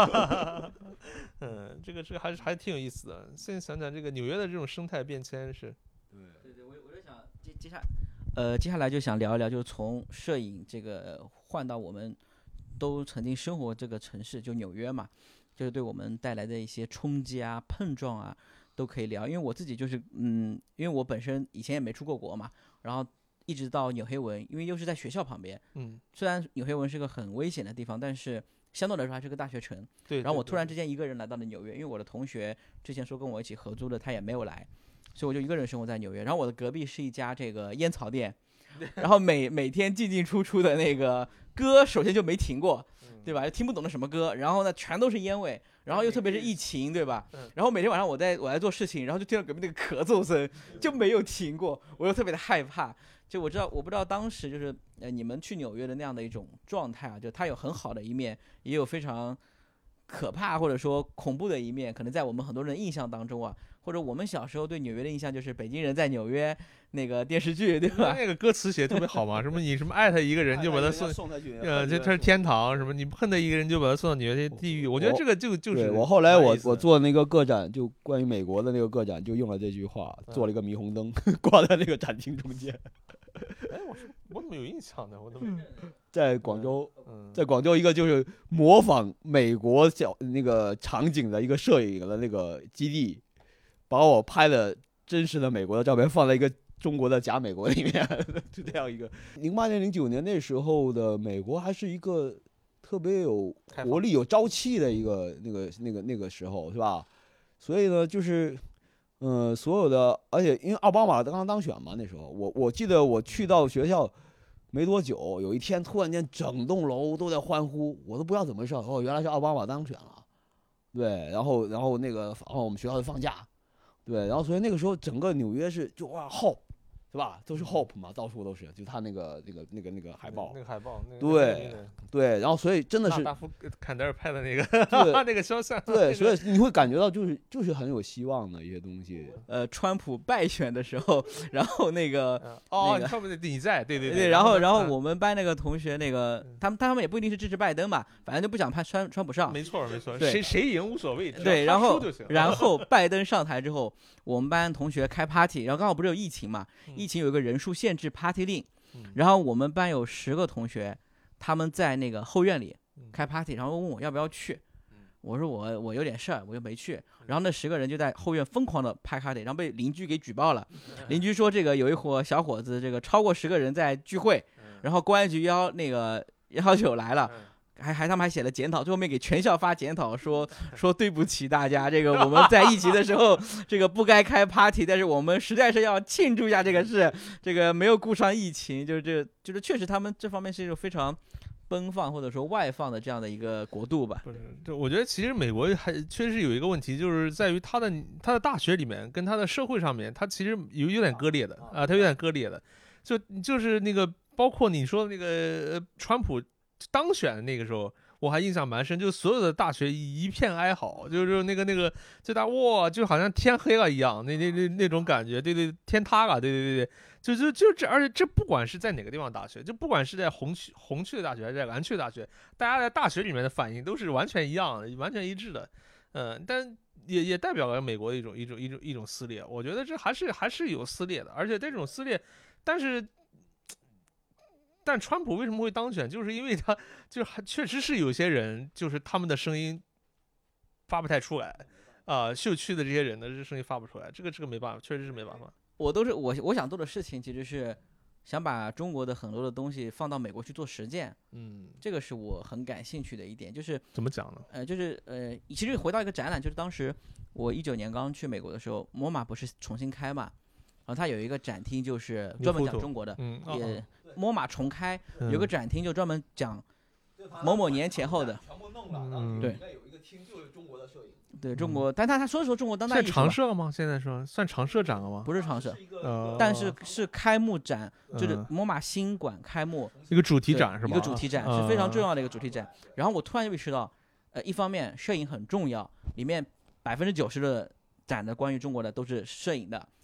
嗯，这个这个还是还挺有意思的。现在想想，这个纽约的这种生态变迁是。 对对对，我我就想接接下呃接下来就想聊一聊，就是从摄影这个换到我们都曾经生活这个城市，就纽约嘛，就是对我们带来的一些冲击啊、碰撞啊。都可以聊，因为我自己就是嗯，因为我本身以前也没出过国嘛，然后一直到纽黑文，因为又是在学校旁边， 嗯， 虽然纽黑文是个很危险的地方，但是相对来说还是个大学城。 对。 然后我突然之间一个人来到了纽约，因为我的同学之前说跟我一起合租的，他也没有来，所以我就一个人生活在纽约。然后我的隔壁是一家这个烟草店，然后每每天进进出出的那个歌，首先就没停过，对吧？听不懂的什么歌，然后呢全都是烟味。然后又特别是疫情，对吧？然后每天晚上我在我在做事情，然后就听到隔壁那个咳嗽声，就没有停过，我又特别的害怕。就我知道，我不知道当时就是呃你们去纽约的那样的一种状态啊，就它有很好的一面，也有非常可怕或者说恐怖的一面，可能在我们很多人的印象当中啊，或者我们小时候对纽约的印象就是北京人在纽约那个电视剧，对吧？ 那个歌词写的特别好嘛，什么你什么爱他一个人就把他送送他去， 呃，这他是天堂，什么你恨他一个人就把他送到纽约地狱。我觉得这个就就是我后来我我做那个个展，就关于美国的那个个展，就用了这句话，做了一个霓虹灯挂在那个展厅中间。 哎，我说我怎么有印象呢？我怎么在广州，在广州一个就是模仿美国小那个场景的一个摄影的那个基地，把我拍的真实的美国的照片放在一个中国的假美国里面，就这样一个。零八年、零九年那时候的美国还是一个特别有活力、有朝气的一个那个那个那个时候，是吧？所以呢，就是。嗯、呃，所有的，而且因为奥巴马刚刚当选嘛，那时候我我记得我去到学校没多久，有一天突然间整栋楼都在欢呼，我都不知道怎么回事，哦，原来是奥巴马当选了，对，然后然后那个然后我们学校就放假，对，然后所以那个时候整个纽约是就哇 hope 是吧，都是 hope 嘛，到处都是，就他那个那个那个那个海报， 那个海报，那个、 对、那个、对，然后所以真的是大夫坎德尔拍的那个那个肖像， 对，所以你会感觉到就是就是很有希望的一些东西。 呃，川普败选的时候，然后那个、 嗯、哦， 那个、 川普你在，对对对，然后然后我们班那个同学那个、嗯、他们他们也不一定是支持拜登嘛，反正就不想派川川普上， 没错没错， 对， 谁谁赢无所谓， 对，然后然后拜登上台之后，我们班同学开 party， 然后刚好不是有疫情嘛， 嗯、 疫情有一个人数限制 party 令， 嗯、 然后我们班有十个同学，他们在那个后院里开 party， 然后问我要不要去，我说我我有点事儿，我就没去。然后那十个人就在后院疯狂的拍 party， 然后被邻居给举报了。邻居说这个有一伙小伙子，这个超过十个人在聚会，然后公安局要那个要求来了。还还他们还写了检讨，最后面给全校发检讨，说说对不起大家，这个我们在疫情的时候，这个不该开 party， 但是我们实在是要庆祝一下这个事，这个没有顾上疫情，就是这就是确实他们这方面是一种非常奔放或者说外放的这样的一个国度吧。 不是，就我觉得其实美国还确实有一个问题，就是在于它的它的大学里面跟它的社会上面，它其实有有点割裂的啊，它有点割裂的，就就是那个包括你说的那个川普当选的那个时候，我还印象蛮深，就所有的大学一片哀嚎，就是那个那个就大哇，就好像天黑了一样，那那那那种感觉，对对，天塌了，对对对对，就就就这，而且这不管是在哪个地方大学，就不管是在红区红区的大学还是在蓝区的大学，大家在大学里面的反应都是完全一样的，完全一致的，嗯，但也也代表了美国的一种一种一种一种撕裂，我觉得这还是还是有撕裂的，而且这种撕裂，但是。但川普为什么会当选？就是因为他，就是还确实是有些人，就是他们的声音发不太出来，啊、呃，秀区的这些人的这声音发不出来，这个这个没办法，确实是没办法。 我都是我我想做的事情，其实是想把中国的很多的东西放到美国去做实践， 嗯， 这个是我很感兴趣的一点，就是怎么讲呢？ 呃，就是呃，其实回到一个展览，就是当时我一九年刚去美国的时候，M O M A不是重新开嘛，然后它有一个展厅就是专门讲中国的， 嗯， 也。M O M A重开，有个展厅就专门讲某某年前后的， 全部弄了， 嗯， 对，有一个厅就是中国的摄影， 对中国，但他他说的说中国当代艺术， 算常设吗？现在说算常设展了吗？ 不是常设， 呃， 但是是开幕展，就是 M O M A 新馆开幕， 一个主题展是吧？ 一个主题展是非常重要的一个主题展。然后我突然就意识到，呃，一方面摄影很重要，里面百分之九十的展的关于中国的都是摄影的。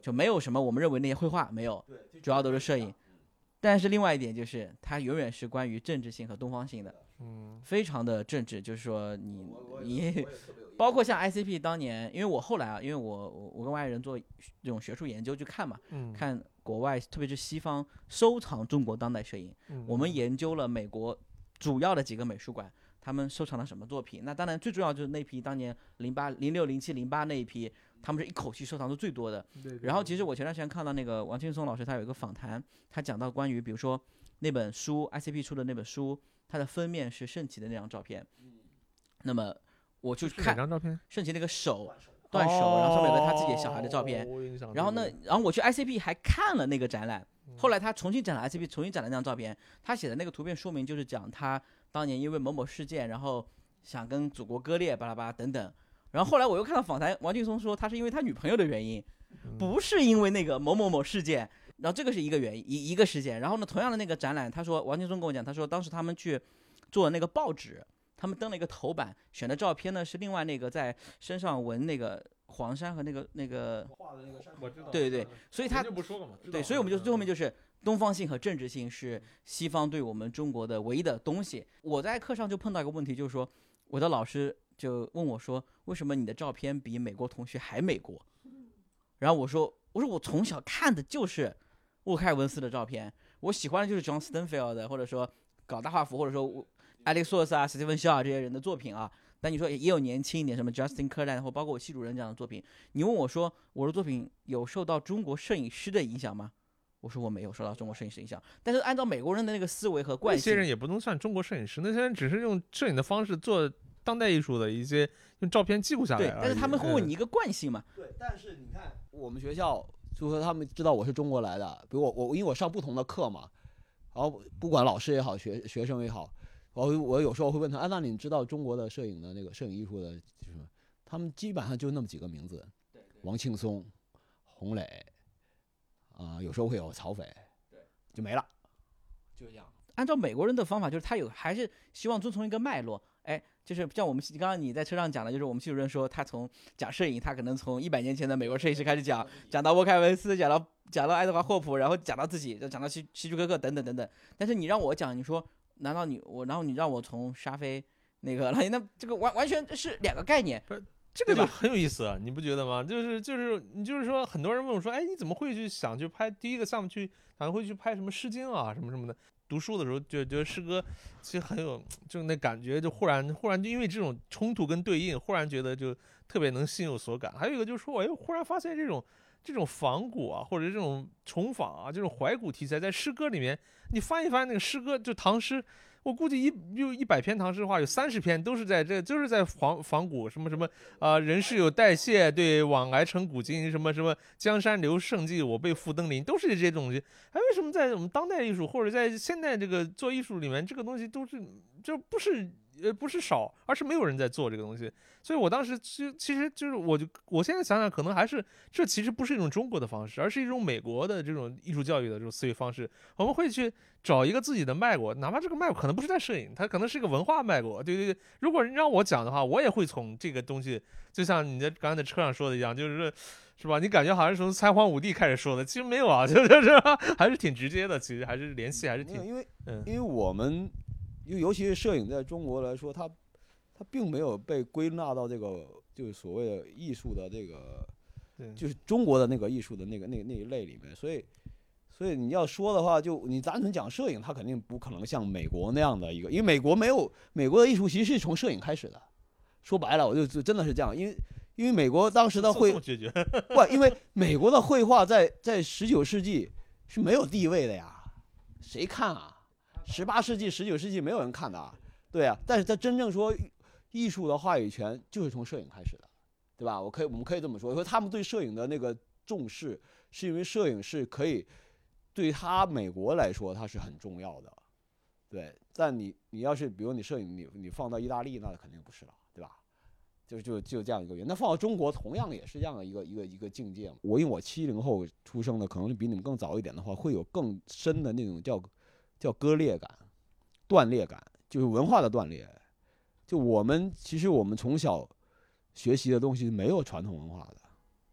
就没有什么我们认为那些绘画没有，主要都是摄影。但是另外一点就是，它永远是关于政治性和东方性的， 嗯， 非常的政治。就是说你你，包括像 I C P 当年，因为我后来啊，因为我我我跟外人做这种学术研究去看嘛， 嗯、 看国外特别是西方收藏中国当代摄影， 嗯、 我们研究了美国主要的几个美术馆，他们收藏了什么作品。那当然最重要就是那批当年零八零六零七零八那一批。他们是一口气收藏的最多的。 对对对， 然后其实我前段时间看到那个王劲松老师，他有一个访谈，他讲到关于比如说那本书 I C P 出的那本书，它的封面是盛琦的那张照片。那么我就看张照片， 盛琦那个手断手，哦、然后上面有个他自己小孩的照片。然后呢，然后我去 I C P 还看了那个展览，后来他重新展了 I C P 重新展了那张照片，他写的那个图片说明就是讲他当年因为某某事件，然后想跟祖国割裂，巴拉巴拉等等。然后后来我又看到访谈，王劲松说他是因为他女朋友的原因，不是因为那个某某某事件。然后这个是一个原因，一一个事件。然后呢，同样的那个展览，他说王劲松跟我讲，他说当时他们去做那个报纸，他们登了一个头版，选的照片呢是另外那个在身上纹那个黄山和那个那个画的那个山， 对对对，所以他就不说了嘛， 对，所以我们就最后面就是东方性和政治性是西方对我们中国的唯一的东西。我在课上就碰到一个问题，就是说我的老师就问我说，为什么你的照片比美国同学还美国？然后我说，我说我从小看的就是沃克尔文斯的照片，我喜欢的就是 John Stanfield 的，或者说搞大画幅，或者说 Alex Source 啊、Stephen Shaw 这些人的作品啊。但你说也有年轻一点，什么 Justin Kurland 或包括我系主任这样的作品。你问我说，我的作品有受到中国摄影师的影响吗？我说我没有受到中国摄影师影响，但是按照美国人的那个思维和惯性， 那些人也不能算中国摄影师，那些人只是用摄影的方式做当代艺术的一些用照片记录下来。 对，但是他们会问你一个惯性嘛？ 对，但是你看我们学校，就说他们知道我是中国来的，比如我我因为我上不同的课嘛，然后不管老师也好，学学生也好，我我有时候会问他，啊，那你知道中国的摄影的那个摄影艺术的什么？他们基本上就那么几个名字，王庆松、洪磊，啊、呃，有时候会有曹斐，就没了，就这样。 按照美国人的方法，就是他有还是希望遵从一个脉络，哎，就是像我们刚刚你在车上讲的，就是我们系主任说他从讲摄影，他可能从一百年前的美国摄影师开始讲，讲到沃克尔文斯，讲到讲到爱德华霍普，然后讲到自己，讲到希希区柯克等等等等。但是你让我讲，你说难道你我然后你让我从沙菲那个，那这个完完全是两个概念。 这个就很有意思啊，你不觉得吗？就是就是你就是说，很多人问我说，哎，你怎么会去想去拍第一个项目去，可能会去拍什么《诗经》啊，什么什么的。读书的时候就觉得诗歌其实很有，就那感觉，就忽然忽然就因为这种冲突跟对应，忽然觉得就特别能心有所感。还有一个就是说，哎，忽然发现这种这种仿古啊，或者这种重仿啊，这种怀古题材，在诗歌里面，你翻一翻那个诗歌，就唐诗。我估计一有一百篇唐诗的话，有三十篇都是在这，就是在仿仿古，什么什么啊、呃，人世有代谢，对，往来成古今，什么什么江山留胜迹，我辈复登临，都是这些东西。哎，为什么在我们当代艺术或者在现在这个做艺术里面，这个东西都是就不是呃不是少，而是没有人在做这个东西。所以我当时其其实就是我就我现在想想，可能还是这其实不是一种中国的方式，而是一种美国的这种艺术教育的这种思维方式。我们会去找一个自己的脉络，哪怕这个脉络可能不是在摄影，它可能是一个文化脉络。对对对，如果让我讲的话，我也会从这个东西，就像你在刚才在车上说的一样，就是是吧？你感觉好像是从三皇五帝开始说的，其实没有啊，就是还是挺直接的，其实还是联系还是挺因为嗯， 因为我们尤其是摄影在中国来说，它它并没有被归纳到这个就是所谓的艺术的这个，就是中国的那个艺术的那个那那一类里面，所以。所以你要说的话，就你单纯讲摄影，它肯定不可能像美国那样的一个，因为美国没有美国的艺术其实是从摄影开始的。说白了，我就就真的是这样，因为因为美国当时的绘，不，因为美国的绘画在在十九世纪是没有地位的呀，谁看啊？十八世纪、十九世纪没有人看的啊，对啊。但是他真正说艺术的话语权就是从摄影开始的，对吧？我可以我们可以这么说，说他们对摄影的那个重视，是因为摄影是可以。对他美国来说，它是很重要的，对。但你你要是比如你摄影，你你放到意大利，那肯定不是了，对吧？就就就这样一个原因。那放到中国，同样也是这样的一个一个一个境界。我因为我七零后出生的，可能比你们更早一点的话，会有更深的那种叫叫割裂感、断裂感，就是文化的断裂。就我们其实我们从小学习的东西没有传统文化的。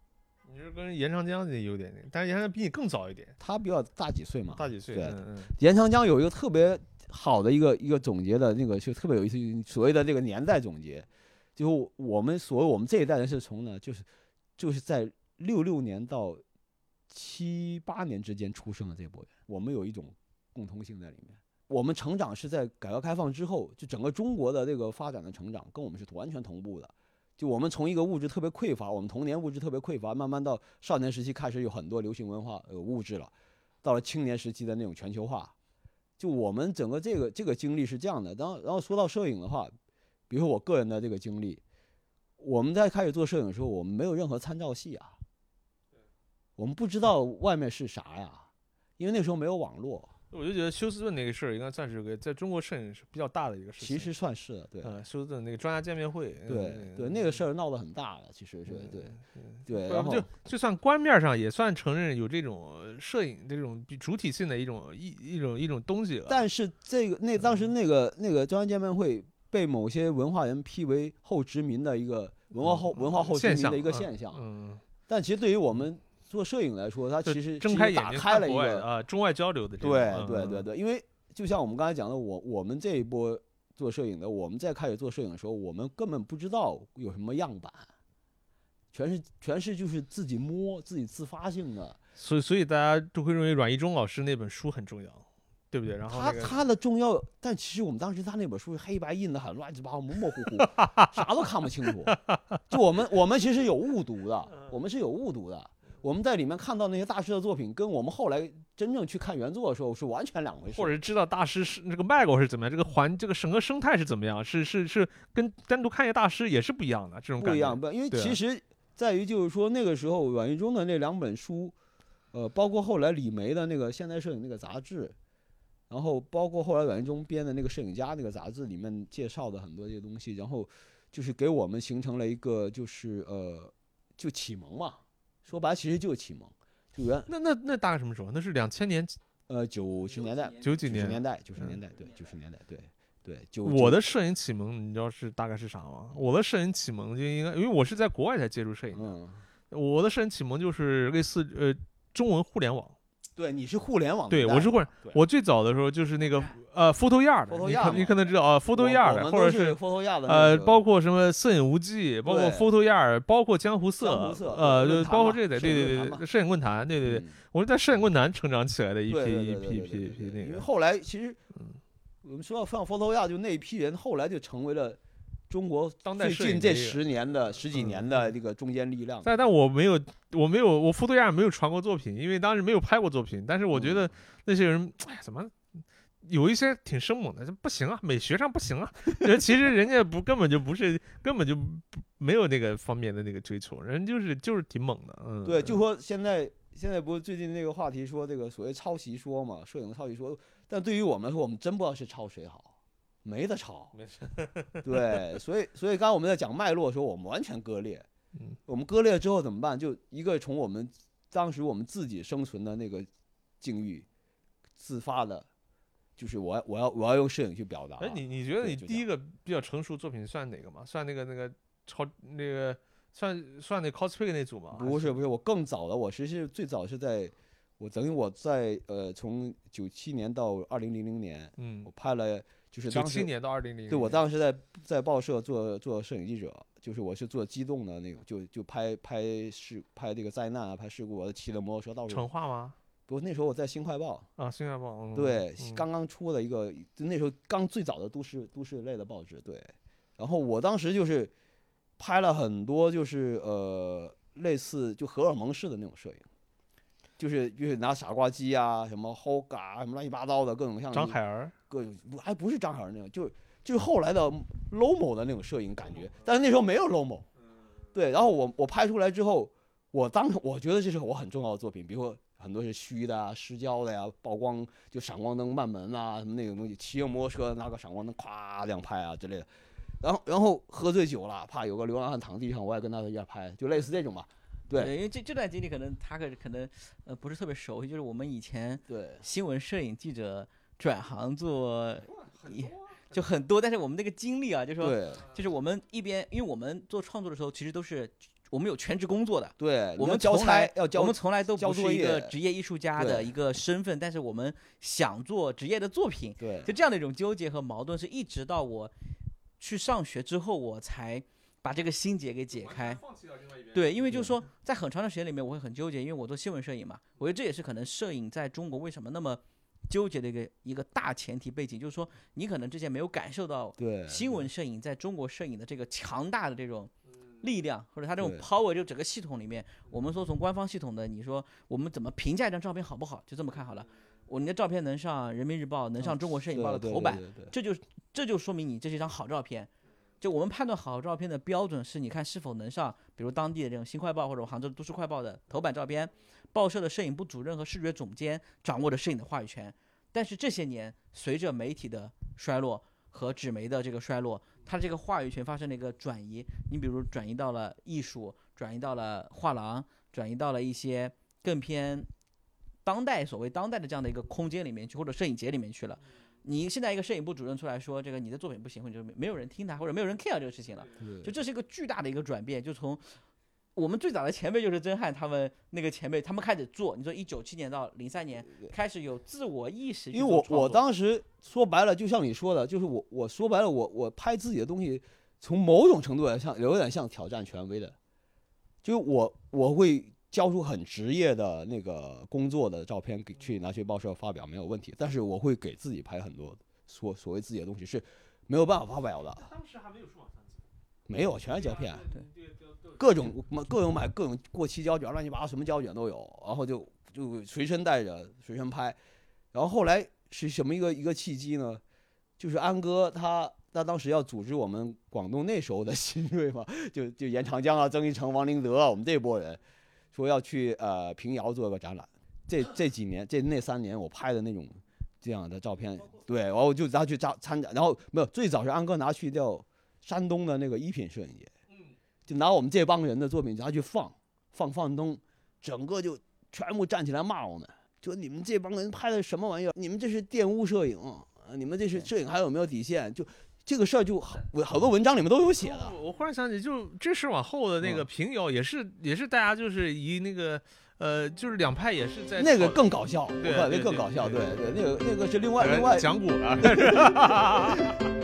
你是跟严长江也有点，但是严长江比你更早一点， 他比我大几岁嘛， 大几岁。 对， 嗯嗯， 严长江有一个特别好的一个一个总结的那个，就特别有意思，所谓的这个年代总结，就我们所谓我们这一代人是从呢，就是就是在六六年到七八年之间出生的这波人，我们有一种共通性在里面。我们成长是在改革开放之后，就整个中国的这个发展的成长跟我们是完全同步的。就我们从一个物质特别匮乏，我们童年物质特别匮乏，慢慢到少年时期开始有很多流行文化有物质了，到了青年时期的那种全球化。就我们整个这个这个经历是这样的。然后然后说到摄影的话，比如说我个人的这个经历，我们在开始做摄影的时候，我们没有任何参照系啊，我们不知道外面是啥呀，因为那时候没有网络。 我就觉得休斯顿那个事儿应该算是个在中国摄影是比较大的一个事情。 其实算是的，对。 嗯，休斯顿那个专家见面会， 对、 嗯、 对，那个事儿闹得很大的，其实是对对。然后就就算官面上也算承认有这种摄影这种主体性的一种一一种一种东西了。 但是这个那当时那个那个专家见面会被某些文化人批为后殖民的一个文化后、嗯、文化后殖民的一个现象。 嗯。 但其实对于我们做摄影来说，它其实睁开眼打开了一个啊中外交流的这种。对对对对，因为就像我们刚才讲的，我我们这一波做摄影的，我们在开始做摄影的时候，我们根本不知道有什么样板，全是全是就是自己摸，自己自发性的。 所以所以大家都会认为阮一中老师那本书很重要，对不对？然后、那个、 他他的重要，但其实我们当时他那本书黑白印的很乱七八糟，模模糊糊，啥都看不清楚。就我们我们其实有误读的，我们是有误读的。我们在里面看到那些大师的作品，跟我们后来真正去看原作的时候是完全两回事。 或者知道大师是这个脉络是怎么样，这个环这个整个生态是怎么样，是是是跟单独看一个大师也是不一样的这种感觉。 不一样，不，因为其实在于就是说那个时候阮一中的那两本书，呃，包括后来李梅的那个现代摄影那个杂志，然后包括后来阮一中编的那个摄影家那个杂志里面介绍的很多这些东西，然后就是给我们形成了一个就是呃就启蒙嘛。说白了其实就是启蒙，就原那那那大概什么时候？那是两千年， 呃，九十年代， 九几年年代，九十年代，对，九十年代，对对。就我的摄影启蒙，你知道是大概是啥吗？我的摄影启蒙就应该，因为我是在国外才接触摄影的， 嗯， 我的摄影启蒙就是类似呃中文互联网。 对，你是互联网的。 对，我是互联。我最早的时候就是那个呃 PhotoYard 的，你可你可能知道啊 ，PhotoYard 或者是 PhotoYard 呃，包括什么摄影无忌，包括 PhotoYard， 包括江湖色，呃，就包括这个，对对对，摄影论坛，对对对，我是在摄影论坛成长起来的一批一批一批一批那个。 因为后来其实，我们说到放 PhotoYard， 就那一批人后来就成为了中国当代最近这十年的十几年的这个中坚力量。 但但我没有，我没有，我 PhotoYard 没有传过作品，因为当时没有拍过作品。但是我觉得那些人，哎，怎么有一些挺生猛的，不行啊，美学上不行啊。其实人家不根本就不是，根本就没有那个方面的那个追求，人就是就是挺猛的。嗯， 对，就说现在现在不是最近那个话题说这个所谓抄袭说嘛，摄影抄袭说，但对于我们来说，我们真不知道是抄谁好。没得抄， 没事。 对，所以所以刚刚我们在讲脉络的时候，我们完全割裂。 嗯， 我们割裂之后怎么办？就一个从我们当时我们自己生存的那个境遇，自发的，就是我要我要我要用摄影去表达。 哎，你你觉得你第一个比较成熟作品算哪个吗？算那个那个超那个算算那 cosplay 那组吗？ 不是不是，我更早的，我其实最早是在。我等于我在呃，从九七年到二零零零年， 嗯， 我拍了，就是当时九七年到二零零零， 对，我当时在在报社做做摄影记者，就是我是做机动的那种，就就拍拍事拍这个灾难啊，拍事故，我骑着摩托车到处。 成化吗？ 不，那时候我在《新快报》 啊，《新快报》嗯、 对、 嗯， 刚刚出的一个，就那时候刚最早的都市都市类的报纸，对。然后我当时就是拍了很多，就是呃类似就荷尔蒙式的那种摄影。就是就是拿傻瓜机啊，什么 Hoga 什么乱七八糟的各种像张海儿， 各种还不是张海儿那种，就就是后来的 Lomo 的那种摄影感觉，但是那时候没有 Lomo， 对。然后我我拍出来之后，我当我觉得这是我很重要的作品，比如说很多是虚的啊、失焦的呀、曝光就闪光灯慢门啊什么那种东西，骑着摩托车拿个闪光灯咵这样拍啊之类的。然后然后喝醉酒了，怕有个流浪汉躺地上，我也跟他一样拍，就类似这种吧。对， 因为这这段经历可能他可可能呃不是特别熟悉，就是我们以前对新闻摄影记者转行做就很多，但是我们那个经历啊，就是说就是我们一边因为我们做创作的时候，其实都是我们有全职工作的， 对， 我们交从来差要交， 我们从来都不是一个职业艺术家的对一个身份，但是我们想做职业的作品， 对， 就这样的一种纠结和矛盾，是一直到我去上学之后，我才把这个心结给解开。对，因为就是说，在很长的时间里面，我会很纠结，因为我做新闻摄影嘛，我觉得这也是可能摄影在中国为什么那么纠结的一个一个大前提背景，就是说，你可能之前没有感受到对新闻摄影在中国摄影的这个强大的这种力量，或者它这种对 power，就整个系统里面，我们说从官方系统的，你说我们怎么评价一张照片好不好，就这么看好了。我你的照片能上人民日报，能上中国摄影报的头版， 对对对对对这就这就说明你这是一张好照片。就我们判断好照片的标准是，你看是否能上，比如当地的这种新快报或者杭州都市快报的头版照片，报社的摄影部主任和视觉总监掌握着摄影的话语权。但是这些年，随着媒体的衰落和纸媒的这个衰落，它这个话语权发生了一个转移。你比如转移到了艺术，转移到了画廊，转移到了一些更偏当代所谓当代的这样的一个空间里面去，或者摄影节里面去了。你现在一个摄影部主任出来说这个你的作品不行，或者没有人听他，或者没有人 care 这个事情了，就这是一个巨大的一个转变。就从我们最早的前辈就是曾汉他们那个前辈，他们开始做，你说一九七年到零三年开始有自我意识， 因为我我当时说白了，就像你说的，就是我我说白了，我我拍自己的东西，从某种程度来像有点像挑战权威的，就是我我会交出很职业的那个工作的照片给去拿去报社发表没有问题，但是我会给自己拍很多所所谓自己的东西是没有办法发表的。 当时还没有数码相机， 没有，全是胶片， 对， 各种各种买各种过期胶卷，乱七八糟什么胶卷都有，然后就就随身带着随身拍。然后后来是什么一个一个契机呢？就是安哥他他当时要组织我们广东那时候的新锐嘛，就就严长江啊、曾一成、王灵德啊，我们这波人说要去呃平遥做个展览。这这几年这那三年我拍的那种这样的照片，对，然后就拿去参参展，然后没有最早是安哥拿去叫山东的那个一品摄影节。就拿我们这帮人的作品拿去放放放东，整个就全部站起来骂我们，说你们这帮人拍的什么玩意儿？你们这是玷污摄影，你们这是摄影还有没有底线？就这个事儿，就好多文章里面都有写的。 我忽然想起，就这事往后的那个平遥也是、嗯、也是大家就是以那个呃，就是两派也是在那个更搞笑， 对， 那更搞笑，对对，那个那个是另外另外讲古了。